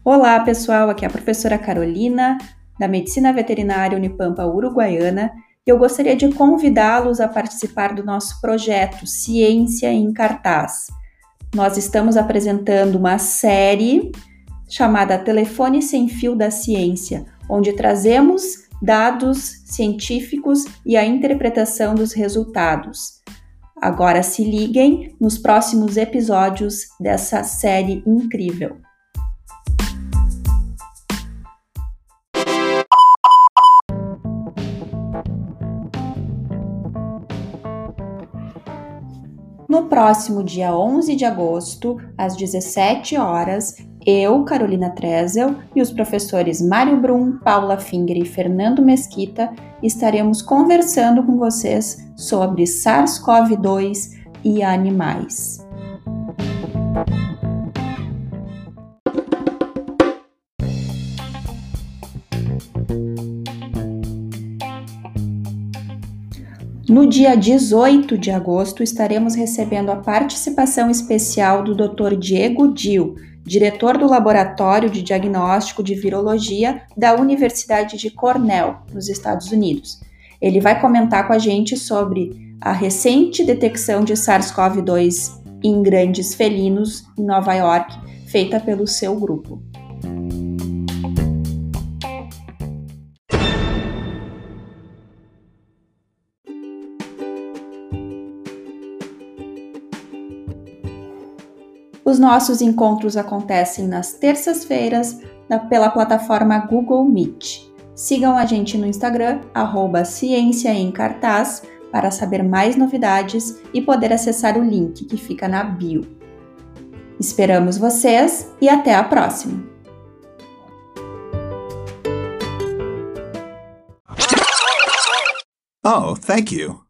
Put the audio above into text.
Olá, pessoal, aqui é a professora Carolina, da Medicina Veterinária Unipampa Uruguaiana, e eu gostaria de convidá-los a participar do nosso projeto Ciência em Cartaz. Nós estamos apresentando uma série chamada Telefone Sem Fio da Ciência, onde trazemos dados científicos e a interpretação dos resultados. Agora se liguem nos próximos episódios dessa série incrível. No próximo dia 11 de agosto, às 17 horas, eu, Carolina Trezel, e os professores Mário Brum, Paula Finger e Fernando Mesquita estaremos conversando com vocês sobre SARS-CoV-2 e animais. No dia 18 de agosto, estaremos recebendo a participação especial do Dr. Diego Dil, diretor do Laboratório de Diagnóstico de Virologia da Universidade de Cornell, nos Estados Unidos. Ele vai comentar com a gente sobre a recente detecção de SARS-CoV-2 em grandes felinos em Nova York, feita pelo seu grupo. Os nossos encontros acontecem nas terças-feiras pela plataforma Google Meet. Sigam a gente no Instagram, @Ciência em Cartaz, para saber mais novidades e poder acessar o link que fica na bio. Esperamos vocês e até a próxima! Oh, thank you.